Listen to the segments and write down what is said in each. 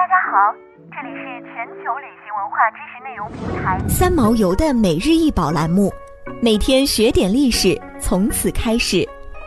家好，这里是全球旅行文化知识内容平台三毛游的每日一宝栏目，每天学点历史，从此开始。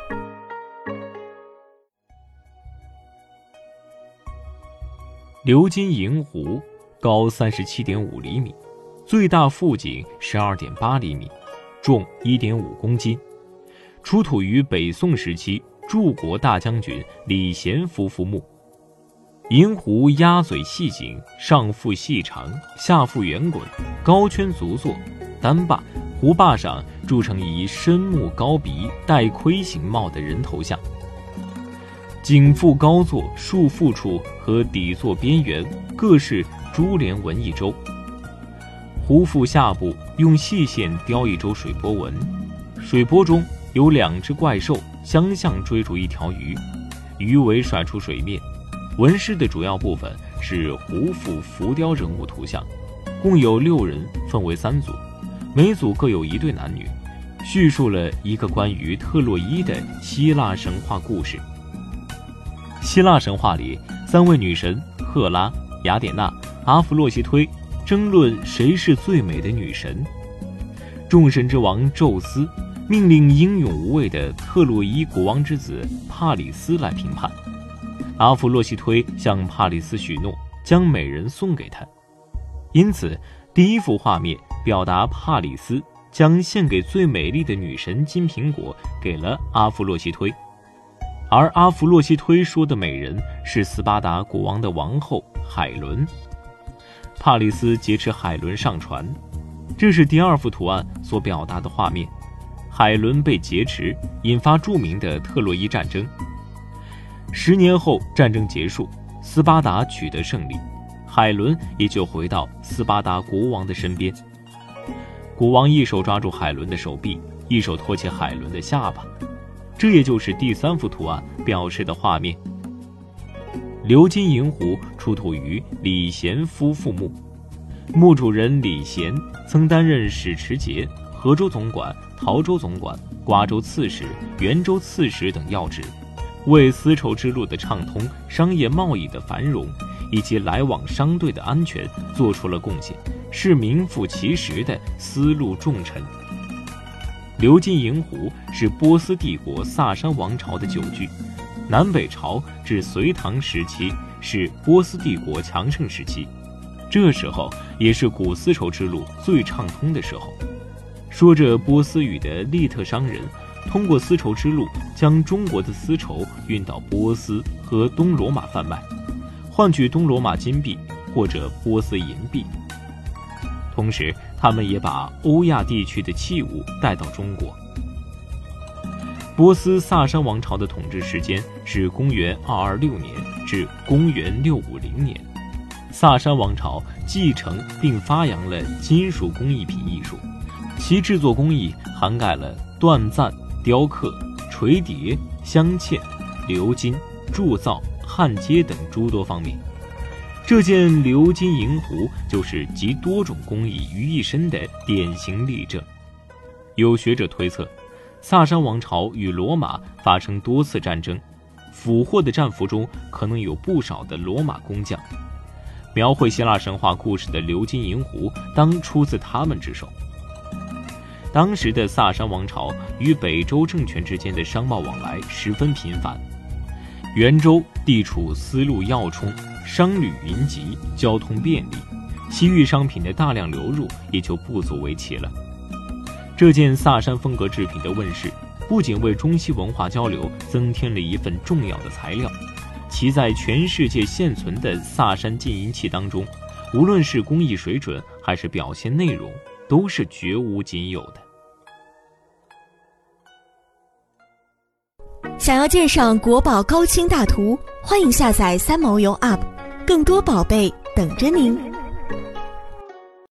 鎏金银壶高37.5厘米，最大腹径12.8厘米，重1.5公斤，出土于北宋时期柱国大将军李贤夫妇墓。银壶鸭嘴细颈，上腹细长，下腹圆滚，高圈足坐，单把，壶把上铸成一深目高鼻戴盔形帽的人头像。颈腹高座，束腹处和底座边缘各是珠帘纹一周，壶腹下部用细线雕一周水波纹，水波中有2只怪兽相向追逐一条鱼，鱼尾甩出水面。纹饰的主要部分是壶腹浮雕人物图像，共有6人，分为3组，每组各有1对男女，叙述了一个关于特洛伊的希腊神话故事。希腊神话里，3位女神赫拉、雅典娜、阿弗洛西忒争论谁是最美的女神。众神之王宙斯命令英勇无畏的特洛伊国王之子帕里斯来评判。阿弗洛西忒向帕里斯许诺将美人送给他，因此第一幅画面表达帕里斯将献给最美丽的女神金苹果给了阿弗洛西忒，而阿弗洛西忒说的美人是斯巴达国王的王后海伦。帕里斯劫持海伦上船，这是第2幅图案所表达的画面。海伦被劫持，引发著名的特洛伊战争。10年后，战争结束，斯巴达取得胜利，海伦也就回到斯巴达国王的身边。国王一手抓住海伦的手臂，一手托起海伦的下巴，这也就是第3幅图案表示的画面。鎏金银壶出土于李贤夫妇墓，墓主人李贤曾担任使持节、河州总管、陶州总管、瓜州刺史、元州刺史等要职，为丝绸之路的畅通、商业贸易的繁荣以及来往商队的安全做出了贡献，是名副其实的丝路重臣。鎏金银壶是波斯帝国萨珊王朝的酒具，南北朝至隋唐时期是波斯帝国强盛时期，这时候也是古丝绸之路最畅通的时候。说着波斯语的利特商人通过丝绸之路将中国的丝绸运到波斯和东罗马贩卖，换取东罗马金币或者波斯银币。同时他们也把欧亚地区的器物带到中国。波斯萨珊王朝的统治时间是公元226年至公元650年。萨珊王朝继承并发扬了金属工艺品艺术，其制作工艺涵盖了锻赞、雕刻、锤叠、镶嵌、鎏金、铸造、焊接等诸多方面。这件鎏金银壶就是集多种工艺于一身的典型例证。有学者推测，萨珊王朝与罗马发生多次战争，俘获的战俘中可能有不少的罗马工匠。描绘希腊神话故事的鎏金银壶当出自他们之手。当时的萨珊王朝与北周政权之间的商贸往来十分频繁，元州地处丝路要冲，商旅云集，交通便利，西域商品的大量流入也就不足为奇了。这件萨珊风格制品的问世，不仅为中西文化交流增添了一份重要的材料，其在全世界现存的萨珊金银器当中，无论是工艺水准还是表现内容，都是绝无仅有的。 想要鉴赏国宝高清大图，欢迎下载三毛游 App， 更多宝贝等着您。